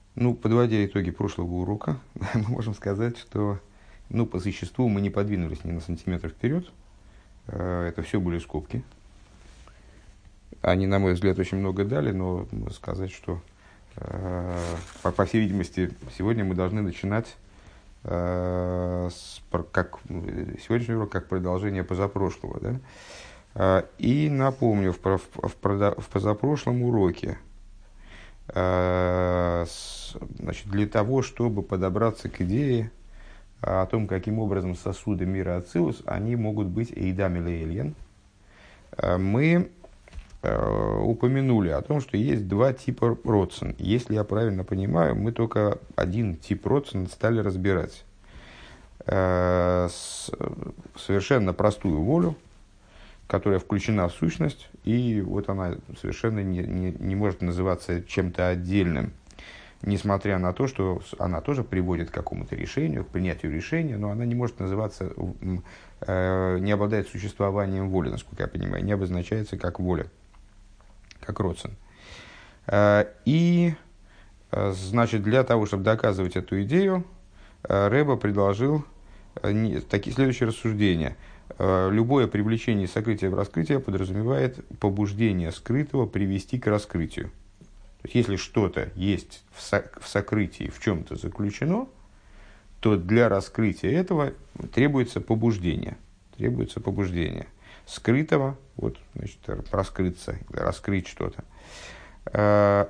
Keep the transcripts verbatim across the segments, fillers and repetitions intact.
Ну, подводя итоги прошлого урока, мы можем сказать, что ну, по существу мы не подвинулись ни на сантиметр вперед. Э, Это все были скобки. Они, на мой взгляд, очень много дали, но сказать, что, э, по, по всей видимости, сегодня мы должны начинать э, с, про- как, сегодняшний урок как продолжение позапрошлого. Да? Э, И напомню, в, про- в, в продо- в позапрошлом уроке, э, с- значит, для того, чтобы подобраться к идее о том, каким образом сосуды мира Ацилус, они могут быть эйдам или эльен, э, мы э, упомянули о том, что есть два типа родсен. Если я правильно понимаю, мы только один тип родсен стали разбирать. Э, с- совершенно простую волю, которая включена в сущность, и вот она совершенно не, не, не может называться чем-то отдельным, несмотря на то, что она тоже приводит к какому-то решению, к принятию решения, но она не может называться, э, не обладает существованием воли, насколько я понимаю, не обозначается как воля, как родсен. Э, и, э, значит, для того, чтобы доказывать эту идею, э, Рэбе предложил э, не, такие следующие рассуждения. Э, любое привлечение сокрытия в раскрытие подразумевает побуждение скрытого привести к раскрытию. То есть, если что-то есть в, со- в сокрытии, в чем-то заключено, то для раскрытия этого требуется побуждение. Требуется побуждение скрытого, вот, значит, раскрыться, раскрыть что-то. Э,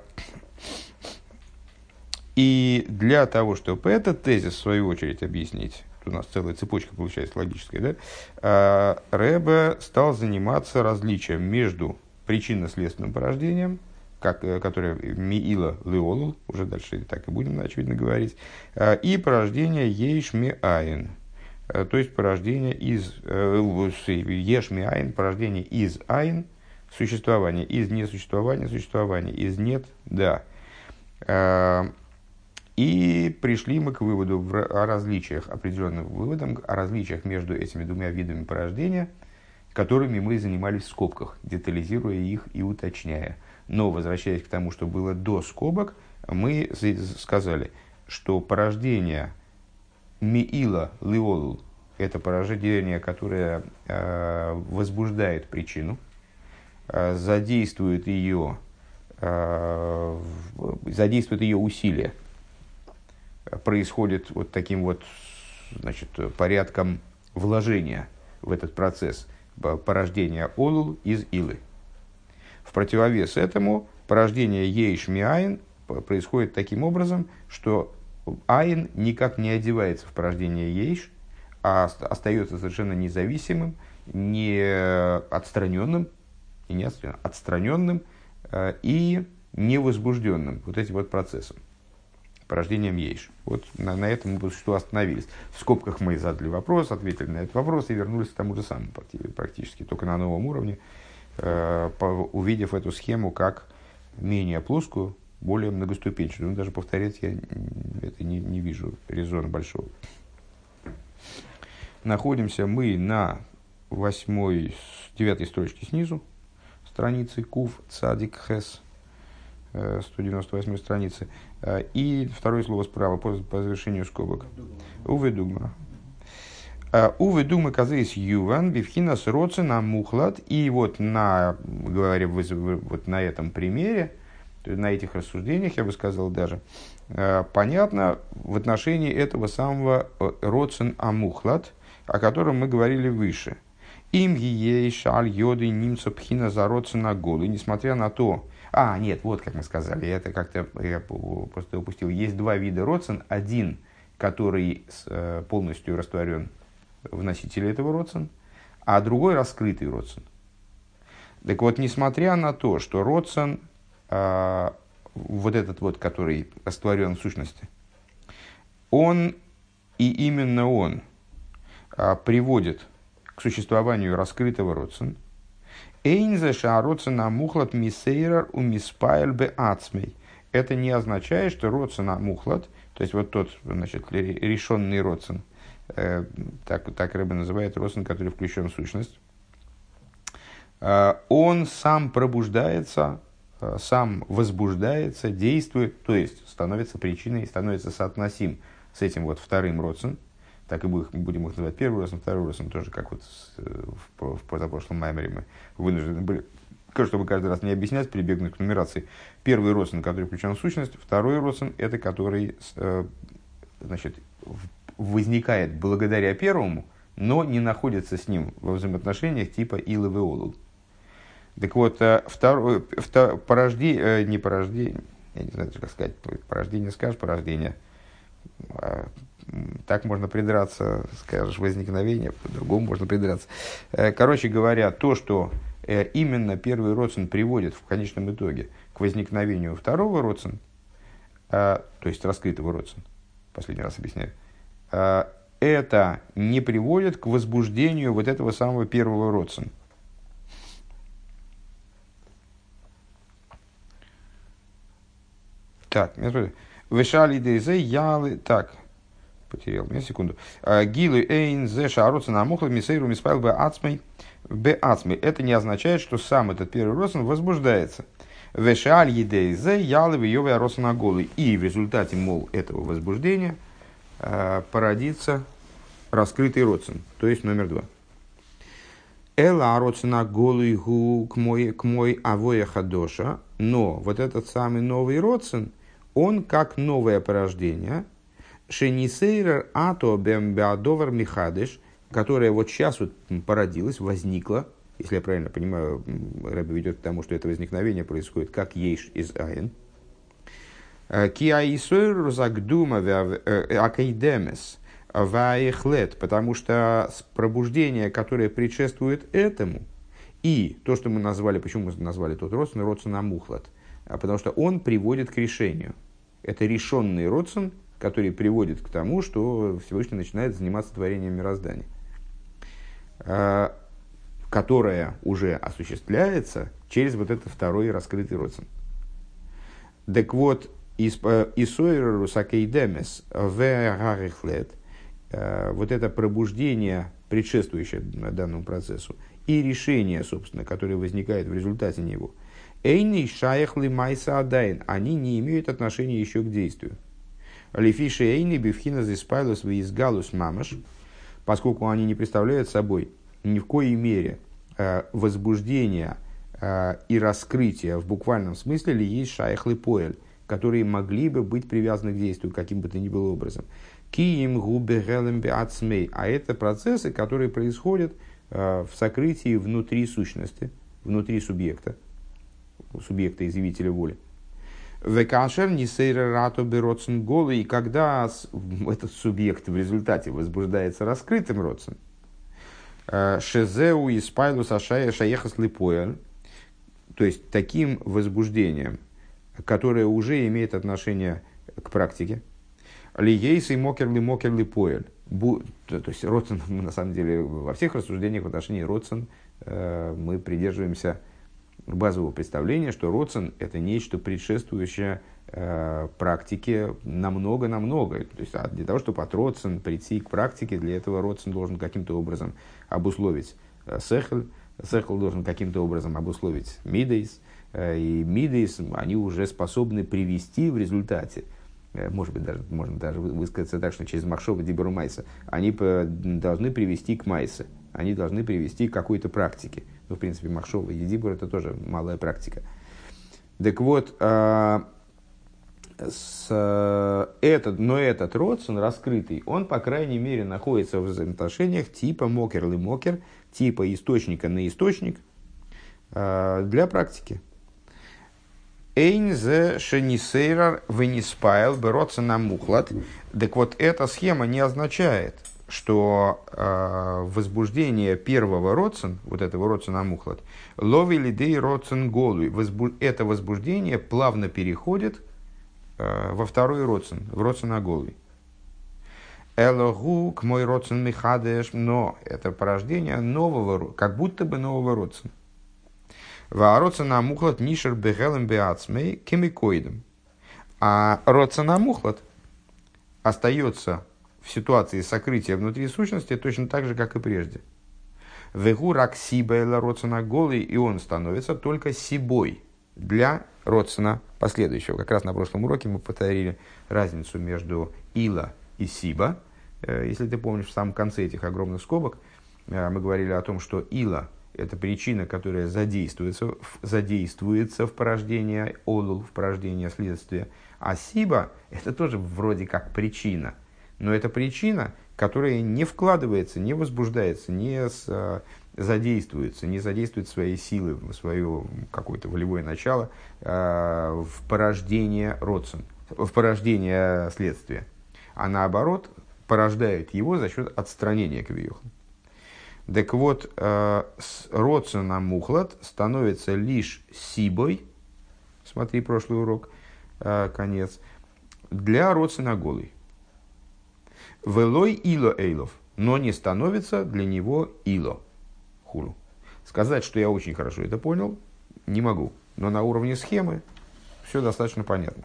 И для того, чтобы этот тезис, в свою очередь, объяснить, тут у нас целая цепочка получается логическая, да, э, Рэбе стал заниматься различием между причинно-следственным порождением, как, э, которое миила леолул, уже дальше так и будем, очевидно, говорить, э, и порождение ейш миаин, э, то есть порождение из э, еш миаин, порождение из айн, существование, из несуществования, существование, из нет, да. Э, И пришли мы к выводу в, о различиях, определенным выводам, о различиях между этими двумя видами порождения, которыми мы занимались в скобках, детализируя их и уточняя. Но, возвращаясь к тому, что было до скобок, мы сказали, что порождение миила лиолул – это порождение, которое э, возбуждает причину, э, задействует ее, э, задействует ее усилия, происходит вот таким вот, значит, порядком вложения в этот процесс порождения олул из илы. В противовес этому порождение ейш миаин происходит таким образом, что айн никак не одевается в порождение ейш, а остается совершенно независимым, не отстраненным, и не отстраненным, отстраненным и невозбужденным вот этим вот процессом, порождением ейш. Вот на, на этом мы что остановились. В скобках мы задали вопрос, ответили на этот вопрос и вернулись к тому же самому практически, только на новом уровне, э, по, увидев эту схему как менее плоскую, более многоступенчатую. Но даже повторять я это не, не вижу резона большого. Находимся мы на восьмой, девятой строчке снизу, страницы Кув Цадик Хес, сто девяносто восьмой страницы. И второе слово справа по, по завершению скобок. Увы дума. Увы дума казались юван бифхинас роцена мухлад. И вот на, говоря, вот на этом примере, на этих рассуждениях, я бы сказал даже, понятно в отношении этого самого роцен амухлад, о котором мы говорили выше. Им ей шаль йоды нимцо пхина за роцена голы. Несмотря на то, А, нет, вот как мы сказали, это как-то я просто упустил. Есть два вида родсен. Один, который полностью растворен в носителе этого родсен, а другой раскрытый родсен. Так вот, несмотря на то, что родсен, э, вот этот вот, который растворен в сущности, он, и именно он, э, приводит к существованию раскрытого родсен, Эйнзе шаароцена мухлад мисейрар у миспайль бе ацмей. Это не означает, что роцена мухлад, то есть вот тот, значит, решенный роцен, э, так, так Рэбе называет роцен, который включен в сущность, э, он сам пробуждается сам возбуждается, действует, то есть становится причиной, становится соотносим с этим вот вторым родством. Так и будем их называть первый родствен, второй родствен, тоже как вот в, в позапрошлом маймере мы вынуждены были, чтобы каждый раз не объяснять, прибегнуть к нумерации. Первый родствен, который включен в сущность, второй родствен, это который значит, возникает благодаря первому, но не находится с ним во взаимоотношениях типа Илов и Олул. Так вот, второе, второе, порождение, не порождение, я не знаю, как сказать, порождение скажешь, порождение. Так можно придраться, скажешь, возникновение, по-другому можно придраться. Короче говоря, то, что именно первый родствен приводит в конечном итоге к возникновению второго родствена, то есть раскрытого родствена, последний раз объясняю, это не приводит к возбуждению вот этого самого первого родствена. Так, вышали дейзе ялы, так, потерял меня секунду. Гилы эйн зе шароца намухла мисейру миспайл бе ацмей бе ацмей. Это не означает, что сам этот первый родствен возбуждается. Вышали дейзе ялы вьёве ароца на голый. И в результате, мол, этого возбуждения породится раскрытый родствен, то есть номер два. Эла ароца на голый гу к мой к мой авоя хадоша. Но вот этот самый новый родствен, он как новое порождение, шенисейрер ато бембеадовар михадыш, которое вот сейчас вот породилось, возникло, если я правильно понимаю, Рэбби ведет к тому, что это возникновение происходит как ейш из айн. Киаисойр загдума акайдемес ваихлет, потому что пробуждение, которое предшествует этому, и то, что мы назвали, почему мы назвали тот родствен, родствен амухлат, потому что он приводит к решению. Это решенный родствен, который приводит к тому, что Всевышний начинает заниматься творением мироздания, которое уже осуществляется через вот этот второй раскрытый родствен. Так вот, Исойр Русакейдемес Вегарихлет, вот это пробуждение, предшествующее данному процессу, и решение, собственно, которое возникает в результате него, Эйни шаяхли майса адайн, они не имеют отношения еще к действию. Лифиши эйни бифхина зиспайлус виизгалус мамаш, поскольку они не представляют собой ни в коей мере э, возбуждения э, и раскрытия в буквальном смысле ли есть шаяхли поэль, которые могли бы быть привязаны к действию каким бы то ни было образом. Киим губе гелем беацмей, а это процессы, которые происходят э, в сокрытии внутри сущности, внутри субъекта, субъекта изъявителя воли. Векашер нисейра рату бероцен голый, и когда этот субъект в результате возбуждается раскрытым родцем, шезеу и спайлус ашая шаехас липоя, то есть таким возбуждением, которое уже имеет отношение к практике, лиейс и мокер ли мокер липоя, то есть родцен, на самом деле, во всех рассуждениях в отношении родцен мы придерживаемся базового представления, что родствен – это нечто предшествующее э, практике намного-намного. То есть, а для того, чтобы от родствен прийти к практике, для этого родствен должен каким-то образом обусловить э, сехл, сехл должен каким-то образом обусловить мидейс, э, и мидейс они уже способны привести в результате, э, может быть, даже, можно даже высказаться так, что через махшова диберу майса, они по, должны привести к майсе, они должны привести к какой-то практике. Ну, в принципе, махшова и дибур – это тоже малая практика. Так вот, э, с, э, этот, но этот родствен раскрытый, он, по крайней мере, находится в взаимоотношениях типа мокер ли мокер, типа источника на источник э, для практики. Эйн зе шенисейрар вениспайл бероться на мухлад. Так вот, эта схема не означает, что э, возбуждение первого родствен, вот этого родствена мухлад, лови лидей родствен голуй, возбу... это возбуждение плавно переходит э, во второй родствен, в родствен голуй. Элогу к мой родствен михадеш, но это порождение нового, как будто бы нового родствена. Ва родствен мухлад нишер бегелем беацмей кемикоидом. А родствен мухлад остается в ситуации сокрытия внутри сущности точно так же, как и прежде. Вегу рак сибайла родствена голый, и он становится только сибой для родствена последующего. Как раз на прошлом уроке мы повторили разницу между ила и сиба. Если ты помнишь, в самом конце этих огромных скобок мы говорили о том, что ила – это причина, которая задействуется, задействуется в порождении олул, в порождении следствия. А сиба – это тоже вроде как причина. Но это причина, которая не вкладывается, не возбуждается, не с, задействуется, не задействует свои силы, свое какое-то волевое начало э, в порождение родствен, в порождение следствия. А наоборот, порождает его за счет отстранения кавиюха. Так вот, э, родствен амухлат становится лишь сибой, смотри прошлый урок, э, конец, для родствена голый. Велой ило эйлов, но не становится для него ило. Хулу. Сказать, что я очень хорошо это понял, не могу. Но на уровне схемы все достаточно понятно.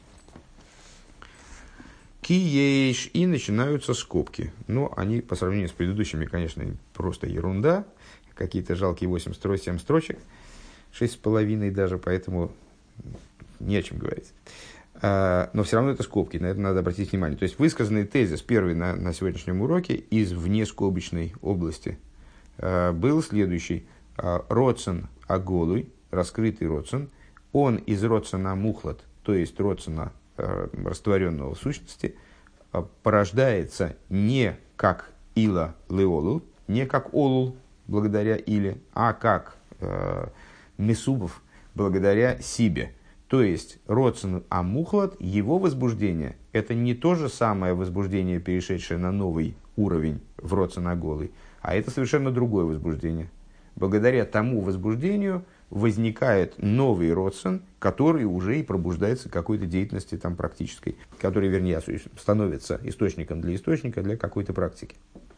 Киеш, и начинаются скобки. Но они по сравнению с предыдущими, конечно, просто ерунда. Какие-то жалкие восемь строчек, семь строчек. шесть с половиной даже, поэтому не о чем говорить. Но все равно это скобки, на это надо обратить внимание. То есть высказанный тезис первый на, на сегодняшнем уроке из внескобочной области был следующий. Родсен аголуй, раскрытый родсен, он из родсена мухлат, то есть родсена растворенного в сущности, порождается не как ила леолул, не как олул благодаря иле, а как э, месубов благодаря сибе. То есть родсен амухлат, его возбуждение, это не то же самое возбуждение, перешедшее на новый уровень в родсен аголуй, а это совершенно другое возбуждение. Благодаря тому возбуждению возникает новый родсен, который уже и пробуждается к какой-то деятельности там, практической, который, вернее, становится источником для источника, для какой-то практики.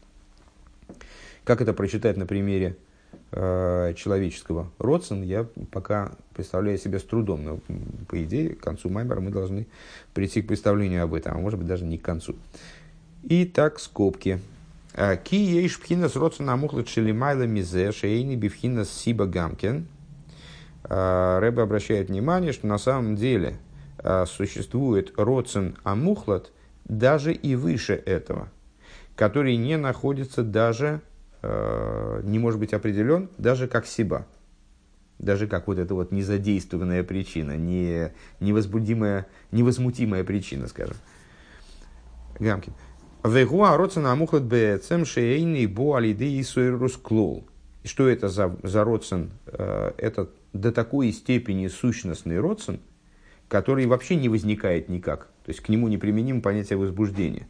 Как это прочитать на примере э, человеческого родсен, я пока представляю себе с трудом. Но, по идее, к концу маймера мы должны прийти к представлению об этом, а может быть даже не к концу. Итак, скобки. Ки ейш пхинас родсен амухлат шелимайла мизе шейни бифхинас сиба гамкен. Рэбе обращает внимание, что на самом деле существует родсен амухлат даже и выше этого, который не находится даже, не может быть определен даже как сиба, даже как вот эта вот незадействованная причина, не, невозбудимая, невозмутимая причина, скажем. Гамкин. Вегуа родсен амухлат бэцэм шейни бо алидеи суэрус клол. Что это за, за родсен? Это до такой степени сущностный родсен, который вообще не возникает никак. То есть к нему неприменимо понятие возбуждения.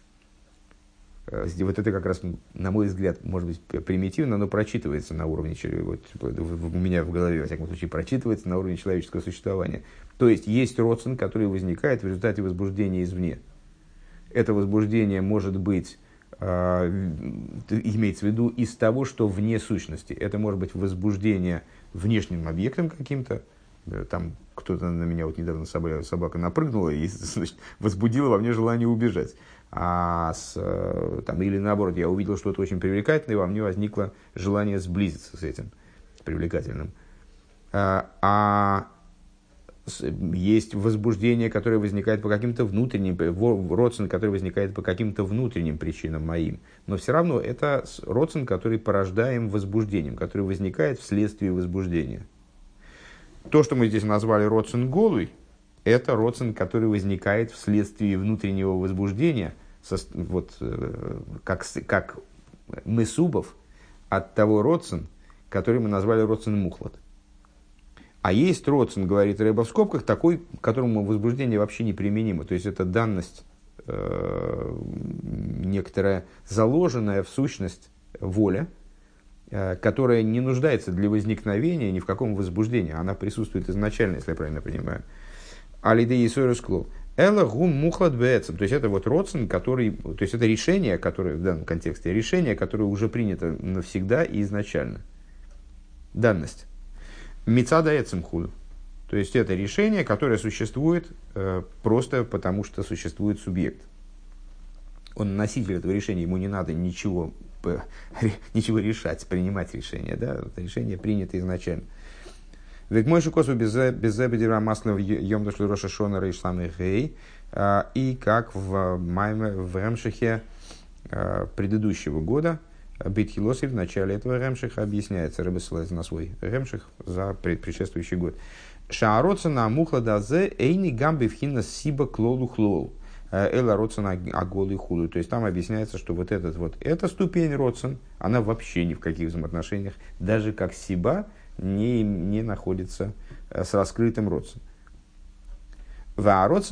Вот это как раз, на мой взгляд, может быть примитивно, но прочитывается на уровне, вот, у меня в голове, во всяком случае, прочитывается на уровне человеческого существования. То есть есть родсен, который возникает в результате возбуждения извне. Это возбуждение может быть, э, имеется в виду, из того, что вне сущности. Это может быть возбуждение внешним объектом каким-то. Там кто-то на меня, вот недавно собака, собака напрыгнула и, значит, возбудила во мне желание убежать. А с, там, или наоборот, я увидел что-то очень привлекательное, и во мне возникло желание сблизиться с этим привлекательным. А, а есть возбуждение, которое возникает по каким-то внутренним, родсен, который возникает по каким-то внутренним причинам моим. Но все равно это родсен, который порождаем возбуждением, который возникает вследствие возбуждения. То, что мы здесь назвали родсен голый, это родсен, который возникает вследствие внутреннего возбуждения, со, вот, как, как месубов от того родсен, который мы назвали родсен мухлат. А есть родсен, говорит Рэбе в скобках, такой, к которому возбуждение вообще неприменимо. То есть это данность, э, некоторая заложенная в сущность воля, э, которая не нуждается для возникновения ни в каком возбуждении. Она присутствует изначально, если я правильно понимаю. Алидей Исойрус Клол. Эла гум мухлад бэцэм. То есть это вот родсен, который, то есть это решение, которое в данном контексте, решение, которое уже принято навсегда и изначально. Данность. Мицада эцем худу. То есть это решение, которое существует э, просто потому, что существует субъект. Он носитель этого решения, ему не надо ничего, ничего решать, принимать решение. Да? Это решение принято изначально. Ведь мой шикосу без зебедира масла в йом дошли роша шона рейш самый гей. И как в майме в Ремшихе предыдущего года, Бейтхилоси в начале этого Ремшиха объясняется, Ребе ссылается на свой Ремших за предшествующий год. Шаароца на мухла дазе эйни гамби вхина сиба клолу хлол. Эла роцена аголы хулу. То есть там объясняется, что вот, этот, вот эта ступень роцен, она вообще ни в каких взаимоотношениях, даже как сиба, не, не находится с раскрытым роцен. А вот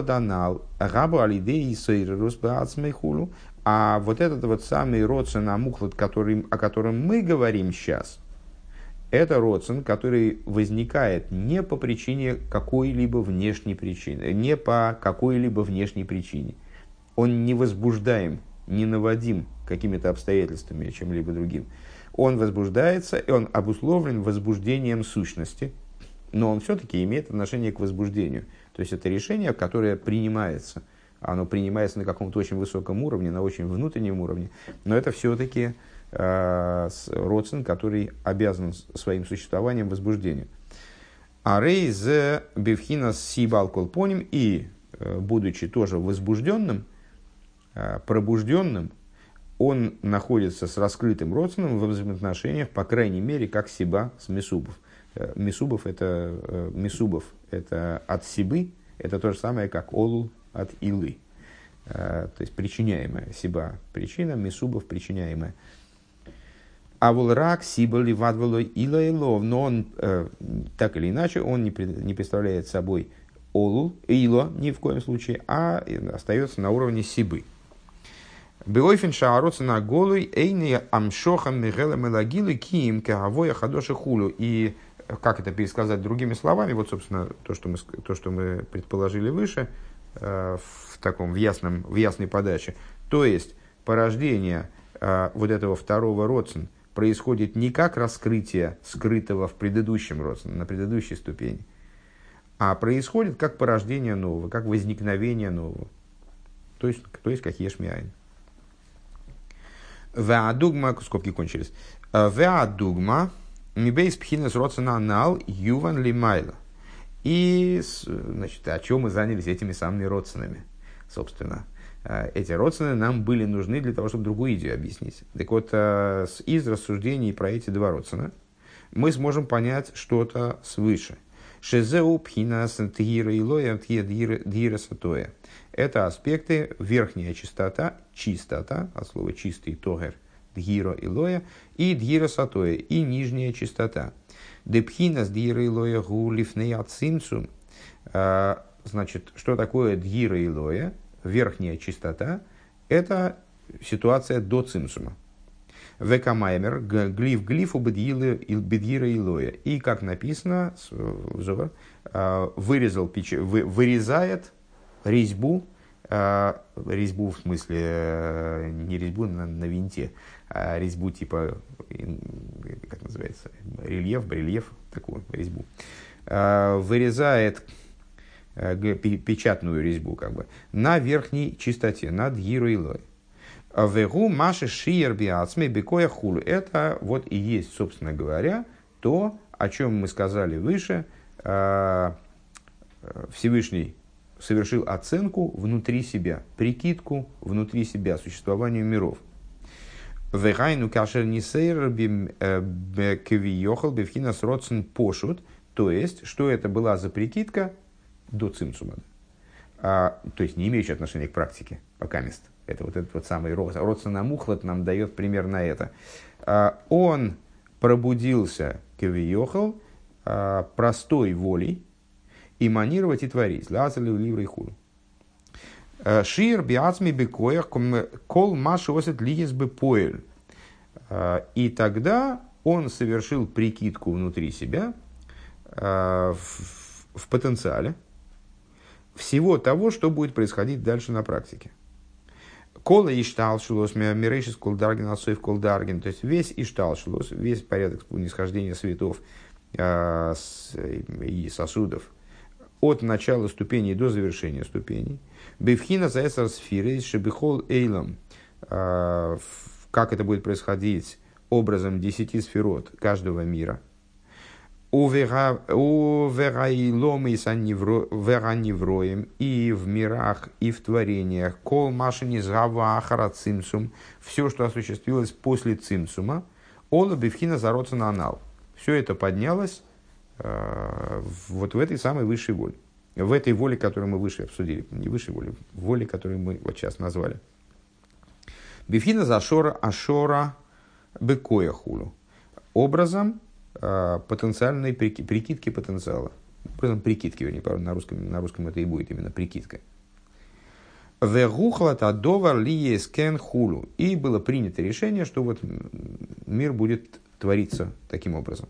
этот вот самый роцен амухлад, который, о котором мы говорим сейчас, это роцен, который возникает не по причине какой-либо внешней причины, не по какой-либо внешней причине. Он не возбуждаем, не наводим какими-то обстоятельствами, чем-либо другим. Он возбуждается, и он обусловлен возбуждением сущности, но он все-таки имеет отношение к возбуждению. То есть это решение, которое принимается. Оно принимается на каком-то очень высоком уровне, на очень внутреннем уровне, но это все-таки э, роцен, который обязан своим существованием возбуждению. А рей зе бифхинас сибал колпоним, и, э, будучи тоже возбужденным, э, пробужденным, он находится с раскрытым роценом в взаимоотношениях, по крайней мере, как сиба с месубов. Э, месубов это, э, месубов это от сибы, это то же самое, как олул от илы, то есть причиняемая сиба причина, месубов причиняемая. А вол рак сиба ливадвало ила илов, но он э, так или иначе он не, не представляет собой олул, ило ни в коем случае, а остается на уровне сибы. Беойфен шаароца на голый эйне амшохам мигелем элагилы киим кеавоя хадоши хулю. И как это пересказать другими словами, вот, собственно, то, что мы, то, что мы предположили выше, в таком в, ясном, в ясной подаче. То есть порождение э, вот этого второго роцен происходит не как раскрытие скрытого в предыдущем роцене, на предыдущей ступени, а происходит как порождение нового, как возникновение нового. То есть, то есть как ешмиайн. Веадугма, скобки кончились. Веадугма мибейс пхинес роцена анал юван лимайла. И, значит, о чем мы занялись этими самыми родственными, собственно. Эти родственные нам были нужны для того, чтобы другую идею объяснить. Так вот, из рассуждений про эти два родственна мы сможем понять что-то свыше. Шезеу пхинас тгира илоя тгира сатоя. Это аспекты верхняя чистота, чистота, от слова чистый, тогер, дгиро илоя, и дгира сатоя, и нижняя чистота. Депхинас дгира илоя гулифнея цимцум. Значит, что такое дгира илоя? Верхняя чистота – это ситуация до цимсума. Векамаймер глиф глифу бедгира илоя. И, как написано, вырезал, вырезает резьбу, резьбу в смысле не резьбу на, на винте, а резьбу типа, как называется, рельеф, барельеф, такую резьбу. Вырезает печатную резьбу, как бы, на верхней чистоте, над дгиру илой. Вегу маши шиер биацме бекоя хулу. Это вот и есть, собственно говоря, то, о чем мы сказали выше. Всевышний совершил оценку внутри себя, прикидку внутри себя, существованию миров. Вегайну кашер нисейр квиёхал бевхинас родсен пошут. То есть, что это была за прикидка до цимсума. А, то есть, не имеющая отношения к практике, пока мест. Это вот этот вот самый родсен амухлад нам дает примерно это. А, он пробудился квиёхал а, простой волей, иманировать и творить. Лазали ливрей худу. Шир биацми бекоях кол маши осет лигес бы поэль. И тогда он совершил прикидку внутри себя в, в потенциале всего того, что будет происходить дальше на практике. Кола ишталшулос мирейшис колдарген асоев колдарген. То есть весь ишталшулос, весь порядок нисхождения светов и сосудов от начала ступеней до завершения ступеней. Бевхина заэсар сфиры шебихол эйлам. Как это будет происходить образом десяти сферот каждого мира. Оверайлом и вераневроем и в мирах, и в творениях. Кол машини згава ахара цимсум. Все, что осуществилось после цимсума. Ола бифхина зароца на анал. Все это поднялось э, вот в этой самой высшей воле. В этой воле, которую мы выше обсудили. Не высшей воле, в воле, которую мы вот сейчас назвали. Бифхина зашора ашора бекоя хулу. Образом э, потенциальной прики, прикидки потенциала. Образом прикидки, вернее, на русском, на русском это и будет именно прикидка. Вегухлат адовар лиескен хулу. И было принято решение, что вот мир будет твориться таким образом.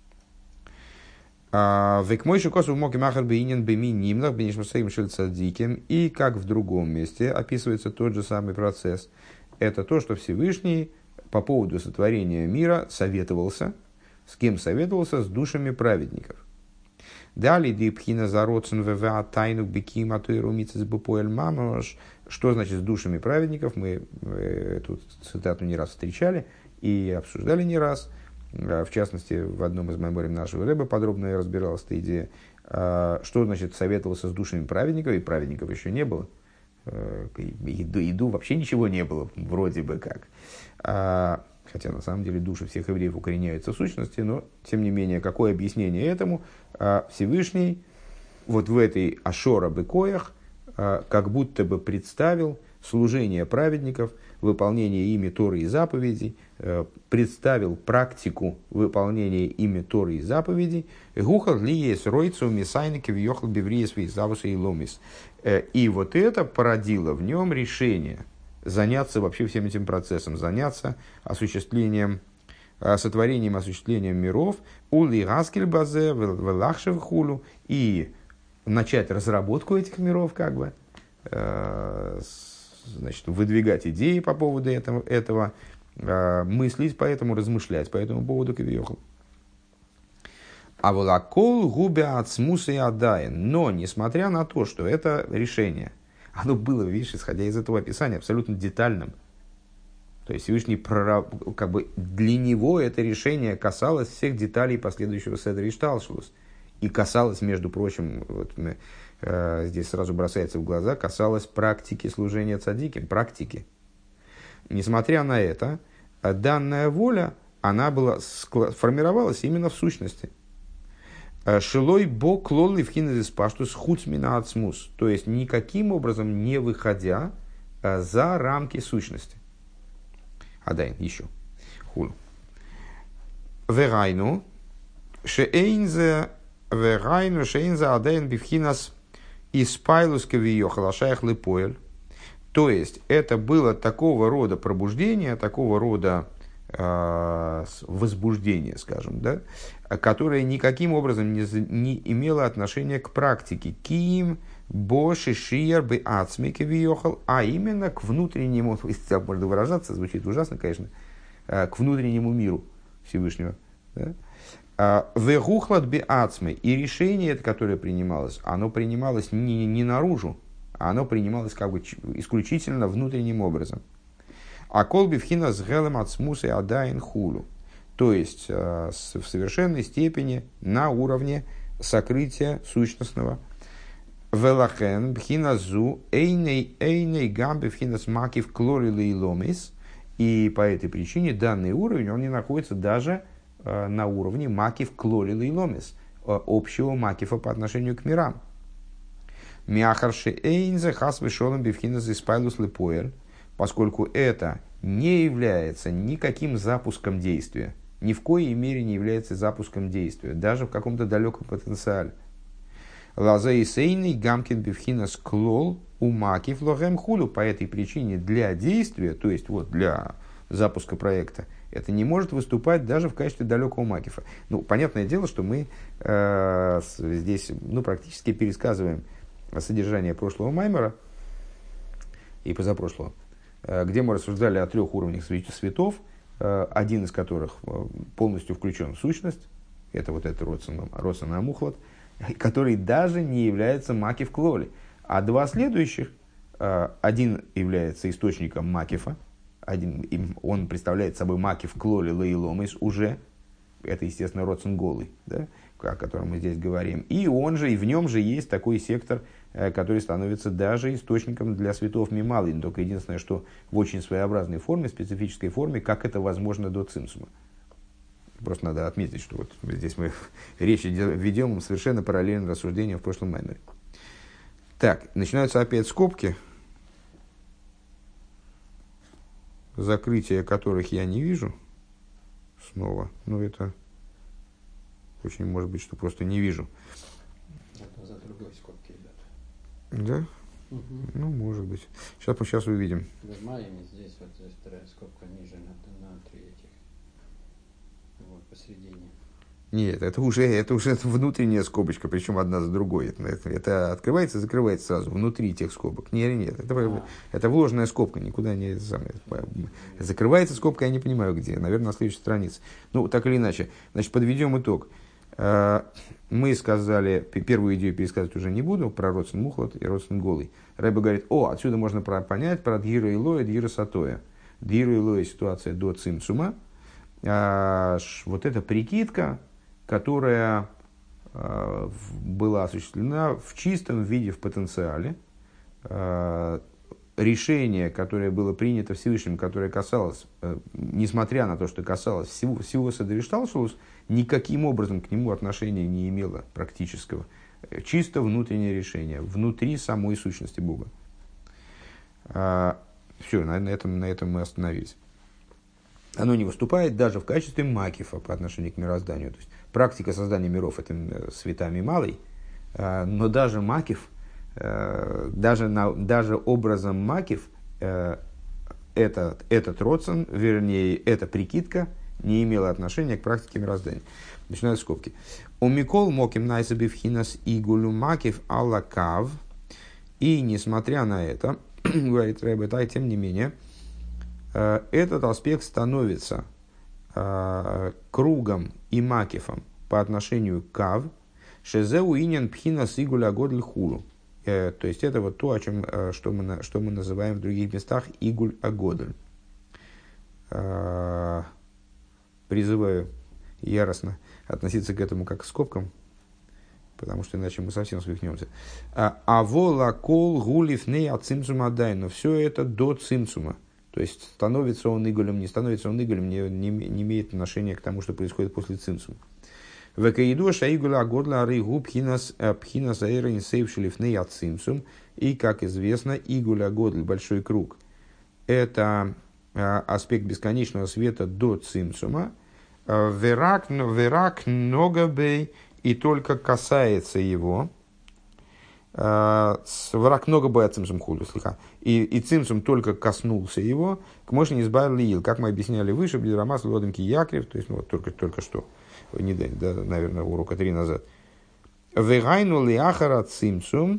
Векмойши косу моки махар бейнин беми нимнах бенишмасаим шельцадиким. И как в другом месте описывается тот же самый процесс. Это то, что Всевышний по поводу сотворения мира советовался. С кем советовался? С душами праведников. Далее дипхина зароцен вва тайну беким атуиру мицес бупоэль мамош. Что значит с душами праведников? Мы эту цитату не раз встречали и обсуждали не раз. В частности, в одном из майморим нашего рэба подробно разбиралась эта идея. Что значит советовался с душами праведников? И праведников еще не было. Иду, иду вообще ничего не было, вроде бы как. Хотя на самом деле души всех евреев укореняются в сущности, но тем не менее, какое объяснение этому? Всевышний вот в этой ашора бекоях как будто бы представил служение праведников, выполнение ими Торы и заповедей, представил практику выполнения ими Торы и заповедей. Гухал ли есть ройцу мисайники въехал бевриес вейзавуса и ломис. И вот это породило в нем решение заняться вообще всем этим процессом, заняться осуществлением, сотворением, осуществлением миров, ули гаскель базе, велахшев хулу, и начать разработку этих миров, как бы, значит, выдвигать идеи по поводу этого, этого мыслить по этому, размышлять по этому поводу, кавиохал. А волакол губя от смуса и адаин. Но, несмотря на то, что это решение, оно было, видишь, исходя из этого описания, абсолютно детальным. То есть Всевышний, прораб, как бы для него это решение касалось всех деталей последующего седра Ишталшелус. И касалось, между прочим, вот, э, здесь сразу бросается в глаза, касалось практики служения цадиким, практики. Несмотря на это, данная воля, она была, сформировалась именно в сущности. Шилой бо клолы в хинезис паштус хуцмина ацмус. То есть, никаким образом не выходя за рамки сущности. Адайн, еще. Хулу. Верайну. Шеэйнзе. Верайну. Шеэйнзе адайн бифхинас испайлус кавиёхал ашаях лепоэль. То есть, это было такого рода пробуждение, такого рода э, возбуждение, скажем, да, которое никаким образом не, не имело отношения к практике. Ким, боши, шиер, бы ацмики виехал, а именно к внутреннему, если так можно выражаться, звучит ужасно, конечно, к внутреннему миру Всевышнего. Вегухлад би ацмы. И решение, которое принималось, оно принималось не, не наружу, а оно принималось как бы исключительно внутренним образом. А колби вхина с гелем ацмуса и адаин хулу. То есть, в совершенной степени на уровне сокрытия сущностного. Велахен бхиназу эйней эйней гамбе бхинас макив клорили и ломис. И по этой причине данный уровень, он не находится даже на уровне макив клорили и ломис, общего макифа по отношению к мирам. Мяхарши эйнзе хас вешолом бифхинас испайлус лепоэль. Поскольку это не является никаким запуском действия, ни в коей мере не является запуском действия, даже в каком-то далеком потенциале. Лазей сейный гамкин бифхинас клол умакив логем хулю. По этой причине для действия, то есть вот для запуска проекта, это не может выступать даже в качестве далекого макифа. Ну, понятное дело, что мы э, здесь ну, практически пересказываем содержание прошлого маймера и позапрошлого, где мы рассуждали о трех уровнях светов, один из которых полностью включен в сущность, это вот это Роцана Амухлад, который даже не является макив клоли. А два следующих, один является источником макифа, один, он представляет собой макив клоли лейломис уже, это, естественно, Роцан голый, да, о котором мы здесь говорим. И он же, и в нем же есть такой сектор, который становится даже источником для светов Мималы. Только единственное, что в очень своеобразной форме, специфической форме, как это возможно до цимсума. Просто надо отметить, что вот здесь мы речь ведем совершенно параллельно рассуждениям в прошлом маймере. Так, начинаются опять скобки, закрытия которых я не вижу снова. Ну, это очень может быть, что просто не вижу. За другой скобки идет. Да? Угу. Ну, может быть. Сейчас мы сейчас увидим. В Майями здесь вот здесь вторая скобка ниже на, на три этих. Вот посередине. Нет, это уже, это уже внутренняя скобочка, причем одна за другой. Это, это открывается и закрывается сразу внутри тех скобок. Нет, нет, это, а. это вложенная скобка, никуда не... Закрывается скобка, я не понимаю где, наверное, на следующей странице. Ну, так или иначе. Значит, подведем итог. Мы сказали, первую идею пересказывать уже не буду, про Роцен Мухлот и Роцен Голый. Рэбе говорит, о, отсюда можно понять про Дьира Илоя, Дьира Сатоя. Дьира Илоя ситуация до цимцума. Вот эта прикидка, которая э, была осуществлена в чистом виде, в потенциале. Э, решение, которое было принято Всевышним, которое касалось, э, несмотря на то, что касалось всего, всего Седеришталшулус, никаким образом к нему отношения не имело практического. Чисто внутреннее решение, внутри самой сущности Бога. Э, все, на, на, этом, на этом мы остановились. Оно не выступает даже в качестве макифа по отношению к мирозданию. То есть практика создания миров – это света Мималой, но даже макиф, даже, на, даже образом макиф, этот, этот родствен, вернее, эта прикидка не имела отношения к практике мироздания. Начинают скобки. «Омикол моким найсабивхинас игулю макиф аллакав». И несмотря на это, говорит Ребе Тай, тем не менее, этот аспект становится э, кругом и макифом по отношению к кав, шезеу иньян пхина сигуля годль хулу. То есть это вот то, о чем, э, что, мы, что мы называем в других местах игуль агодль. Э, призываю яростно относиться к этому как к скобкам, потому что иначе мы совсем свихнемся. А вола кол гулив не от цимцума дай, но все это до цимцума. То есть, становится он игулем, не становится он игулем, не, не, не имеет отношения к тому, что происходит после цимцума. И, как известно, игуля годль, большой круг, это а, аспект бесконечного света до цимцума. Верак ногабей, и только касается его. Враг много боя цимсум худу, слегка. И, и цимсум только коснулся его, к мощи не избавил ил, как мы объясняли выше, бедромас лодомки якрев, то есть ну, вот только, только что, не да, да, наверное, урока три назад. Вегайну лиахара цимсум,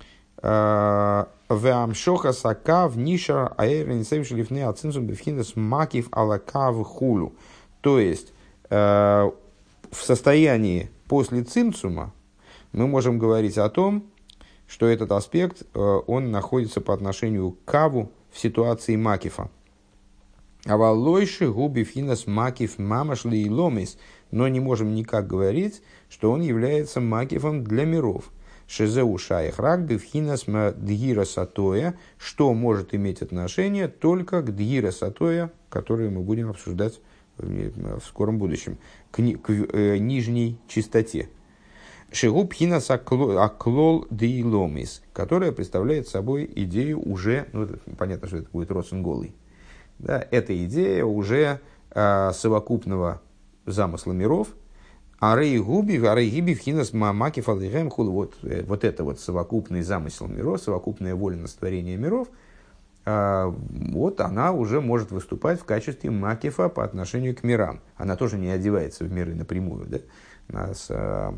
веамшоха сакав нишар аэрен севшелифне от цимсум бифхинес макив алакав хулу. То есть, в состоянии после цимсума мы можем говорить о том, что этот аспект, он находится по отношению к каву в ситуации макифа. Авалойши губи финас макиф мамашли и ломис, но не можем никак говорить, что он является макифом для миров. Шезеу шайх рагби финас дгира сатоя, что может иметь отношение только к дгира сатоя, который мы будем обсуждать в скором будущем, к, к э, нижней чистоте. Шигуб хинас аклол деиломис, которая представляет собой идею уже, ну, это, понятно, что это будет Роцен Голый, да, это идея уже а, совокупного замысла миров, а рейгуби, а рейгиби хинас мамаки фалдихем хул, вот, вот это вот совокупный замысел миров, совокупная воля на створение миров, а, вот она уже может выступать в качестве макифа по отношению к мирам. Она тоже не одевается в миры напрямую, да, нас... А,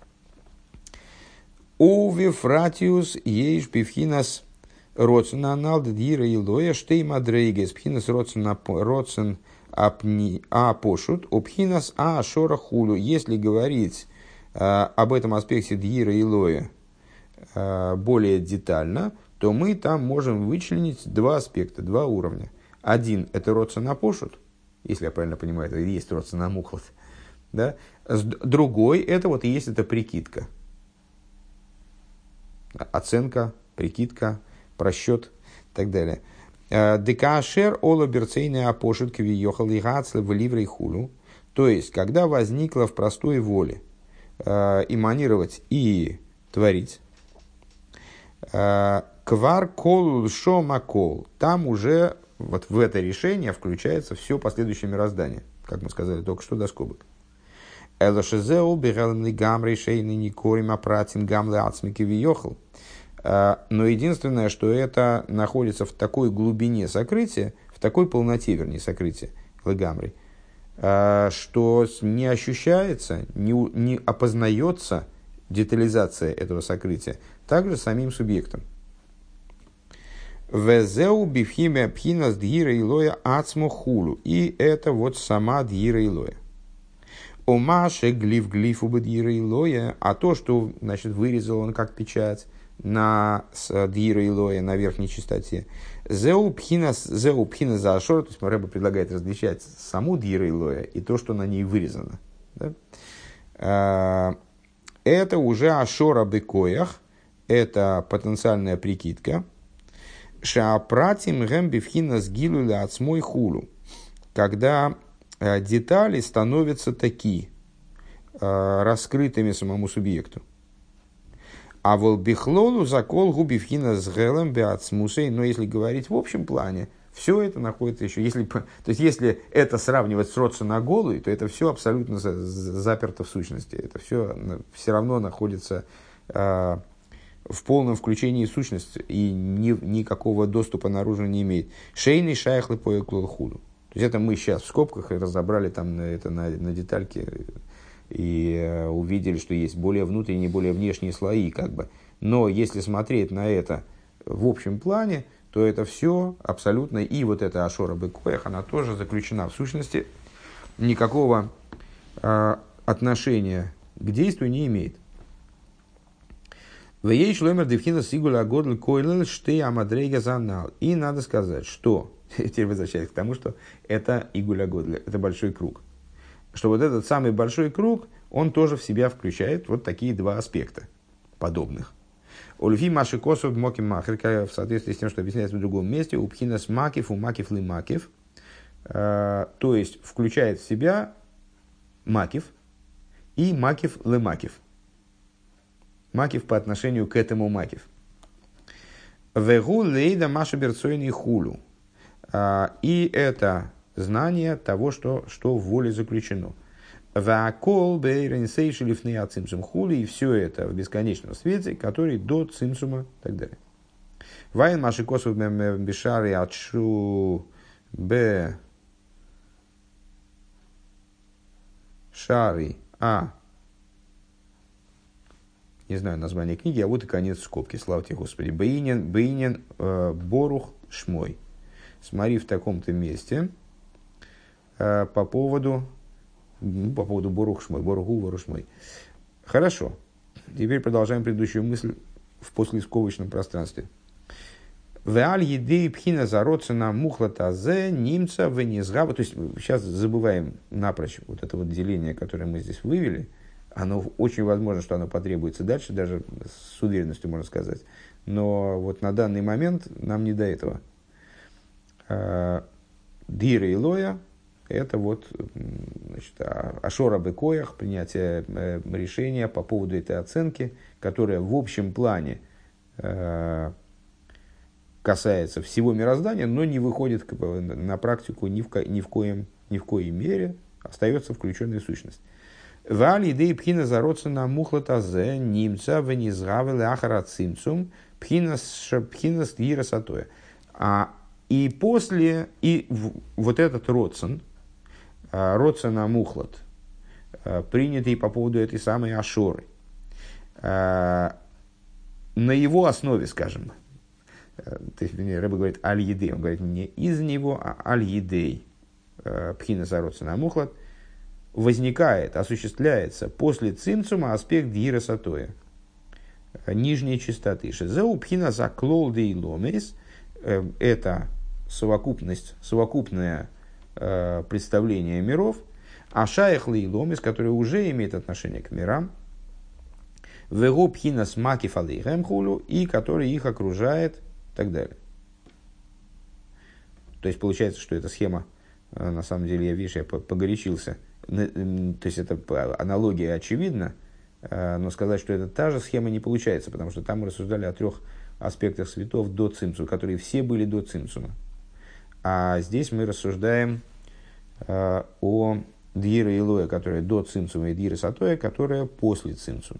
Ови фратиус ейш пивхинас роцен анал ддира илоя штей мадрейгес пхинас роцен роцен апни апошут обхинас а шора хулю. Если говорить а, об этом аспекте ддира илоя а, более детально, то мы там можем вычленить два аспекта, два уровня. Один – это роцен апошут, если я правильно понимаю, это и есть роцен амухлот. Да? Другой – это вот и есть эта прикидка. Оценка, прикидка, просчет и так далее. Декашер ола берцейная опошит квиехал и гацле в ливрей хулу. То есть, когда возникло в простой воле э, эманировать и творить, э, квар кол шома кол, там уже вот в это решение включается все последующее мироздание, как мы сказали только что до скобок. Элошезеу бегелмли гамрей шейный никорим апратин гамле ацмики виехал. Но единственное, что это находится в такой глубине сокрытия, в такой полноте, вернее, сокрытия, легамрей, что не ощущается, не, не опознается детализация этого сокрытия, также самим субъектом. Везеу бифхимия пхинас дгира илоя ацмо хулу. И это вот сама дгира илоя. Омаше глиф глифу бдгира илоя. А то, что, значит, вырезал он как печать на дгира илоя, на верхней частоте. Зеу пхинас зеу пхинас за ашор. То есть Рэбе предлагает различать саму дгира илоя и то, что на ней вырезано. Да? Это уже ашора бекоях. Это потенциальная прикидка. Шаапратим гэмбифхина сгилуля от смой хулу. Когда э, детали становятся такие, э, раскрытыми самому субъекту. А волбихлолу закол губивхина с гелем беацмусей. Но если говорить в общем плане, все это находится еще. Если, то есть, если это сравнивать с Роценаголой, то это все абсолютно за, заперто в сущности. Это все все равно находится э, в полном включении сущность и ни, никакого доступа наружу не имеет. Шейный шайхлы по эклолхуду. То есть это мы сейчас в скобках разобрали там на, это, на, на детальке и э, увидели, что есть более внутренние, более внешние слои. Как бы. Но если смотреть на это в общем плане, то это все абсолютно, и вот эта ашора бекоях, она тоже заключена в сущности, никакого э, отношения к действию не имеет. И надо сказать, что, теперь возвращаясь к тому, что это игуля годля, это большой круг. Что вот этот самый большой круг, он тоже в себя включает вот такие два аспекта подобных. Ольфи маши косов моким махер, в соответствии с тем, что объясняется в другом месте, у пхинас макив, у макив ли макив, то есть включает в себя макив и макив ли макив. Макив по отношению к этому макив. Вегу лейда маша берцойный хулу. И это знание того, что, что в воле заключено. Вакол бейренсей шелифней ацимсум хули. И все это в бесконечном свете, который до цимсума и так далее. Вайн маши косу бешари ачу б шари а. Не знаю название книги, а вот и конец скобки. Слава тебе, Господи. Бейнин, бейнин э, борух шмой. Смотри в таком-то месте э, по поводу ну, по поводу борух шмой. Боруху, борух шмой. Хорошо. Теперь продолжаем предыдущую мысль в послескобочном пространстве. Веаль едей пхина зароться на мухлатазе немца венизгава. То есть сейчас забываем напрочь вот это вот деление, которое мы здесь вывели. Оно очень возможно, что оно потребуется дальше, даже с уверенностью можно сказать. Но вот на данный момент нам не до этого. Дира и лоя – это вот, значит, ашора бекоях, принятие решения по поводу этой оценки, которая в общем плане касается всего мироздания, но не выходит на практику ни в, ко, ни в, коем, ни в коей мере, остается включенная сущность. Вали идеи пхина зароться на мухлатазе немца венизгавы ляхара цимцум пхинас пхинас гирасатоя. А и после и в, вот этот родсен, родсена мухлат, принятый по поводу этой самой ашоры, на его основе, скажем, то есть, Рэбе говорит аль-едей, он говорит не из него, а аль-едей пхинас родсена мухлат, возникает, осуществляется после цимцума аспект дира сатоя, нижней чистоты. Шезеу пхина заклол дей ломес, это совокупность, совокупное представление миров, А шаях лейломис, который уже имеет отношение к мирам, вегу пхинас макиф алейхем хулю, и который их окружает, и так далее. То есть получается, что эта схема, на самом деле, я, видишь, я погорячился. То есть это аналогия очевидна, но сказать, что это та же схема, не получается, потому что там мы рассуждали о трех аспектах светов до цимцума, которые все были до цимцума. А здесь мы рассуждаем о дьире илоя, которая до цимцума, и дьире сатоя, которая после цимцума.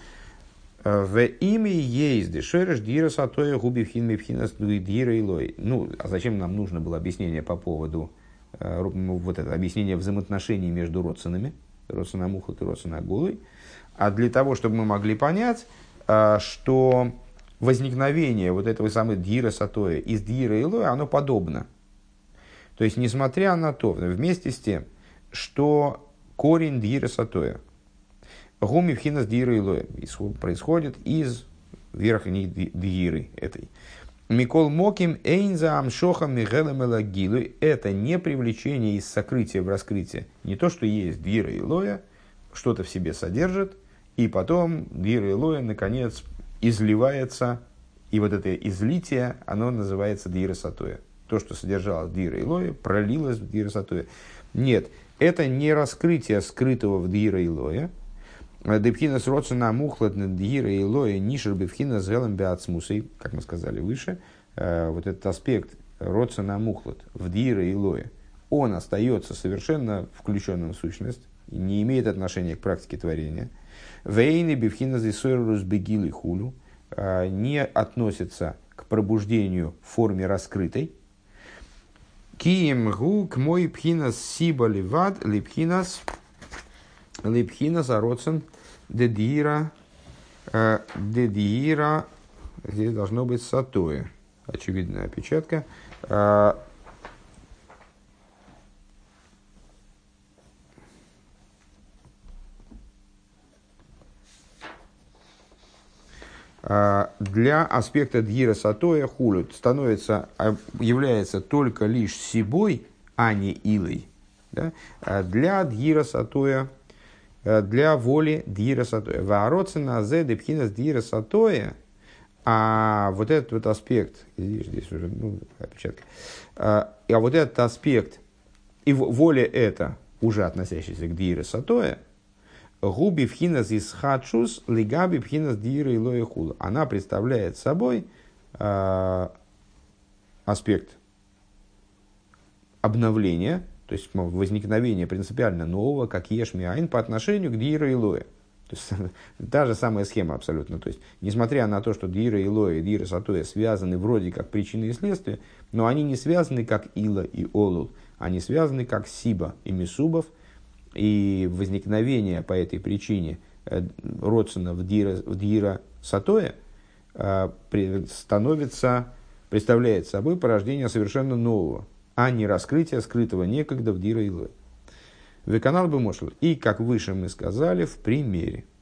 В имя есть дешереш дьире сатоя губи вхин мипхинас дьире илой. Ну, а зачем нам нужно было объяснение по поводу вот это объяснение взаимоотношений между родственными, родственным мухлот и родственным агулой, а для того, чтобы мы могли понять, что возникновение вот этого самого дьира сатоя из дьира илоя, оно подобно. То есть, несмотря на то, вместе с тем, что корень дьира сатоя, гуми вхинас дьира илоя, происходит из верхней дьиры этой. Микол моким эйнза амшоха мигелем элагилу. Это не привлечение из сокрытия в раскрытие. Не то, что есть дьира илоя, что-то в себе содержит, и потом дьира илоя, наконец, изливается, и вот это излитие, оно называется дьира сатоя. То, что содержалось в дьира илоя, пролилось в дьира сатоя. Нет, это не раскрытие скрытого в дьира илоя. Депхинас родсена мухлат дьира илоя нишер бевхина с гелем беацмусой, как мы сказали выше, вот этот аспект родсена мухлат в дьира илоя, он остается совершенно включенным в сущность, не имеет отношения к практике творения. Вейны бевхина зисойрус бегилы хулю, не относится к пробуждению в форме раскрытой. Кием гу к мой пхинас сиба ливад липхинас липхинас ародсен дедира дедира, здесь должно быть сатоя, очевидная опечатка. Для аспекта дьира сатоя хулют становится, является только лишь сибой, а не илой. Да? Для дьира сатоя, для воли дьира сатоя. Вароцена зе депхинас дьира сатоя, а вот этот вот аспект, здесь, здесь уже, ну, опечатка, а, а вот этот аспект, и воля это, уже относящаяся к дьира сатоя, губи пхинас из хадшус лигаби пхинас дьира илоя хула. Она представляет собой а, аспект обновления, то есть возникновение принципиально нового, как ешми айн, по отношению к дьира илоя. То есть та же самая схема абсолютно. То есть, несмотря на то, что дьира илоя и дьира сатоя связаны вроде как причины и следствия, но они не связаны как ила и олул, они связаны как сиба и мисубов, и возникновение по этой причине родствена в дьира, в дьира сатоя становится, представляет собой порождение совершенно нового, а не раскрытие скрытого некогда в дьира илоя. Веканал бы мошел. И, как выше мы сказали, в примере.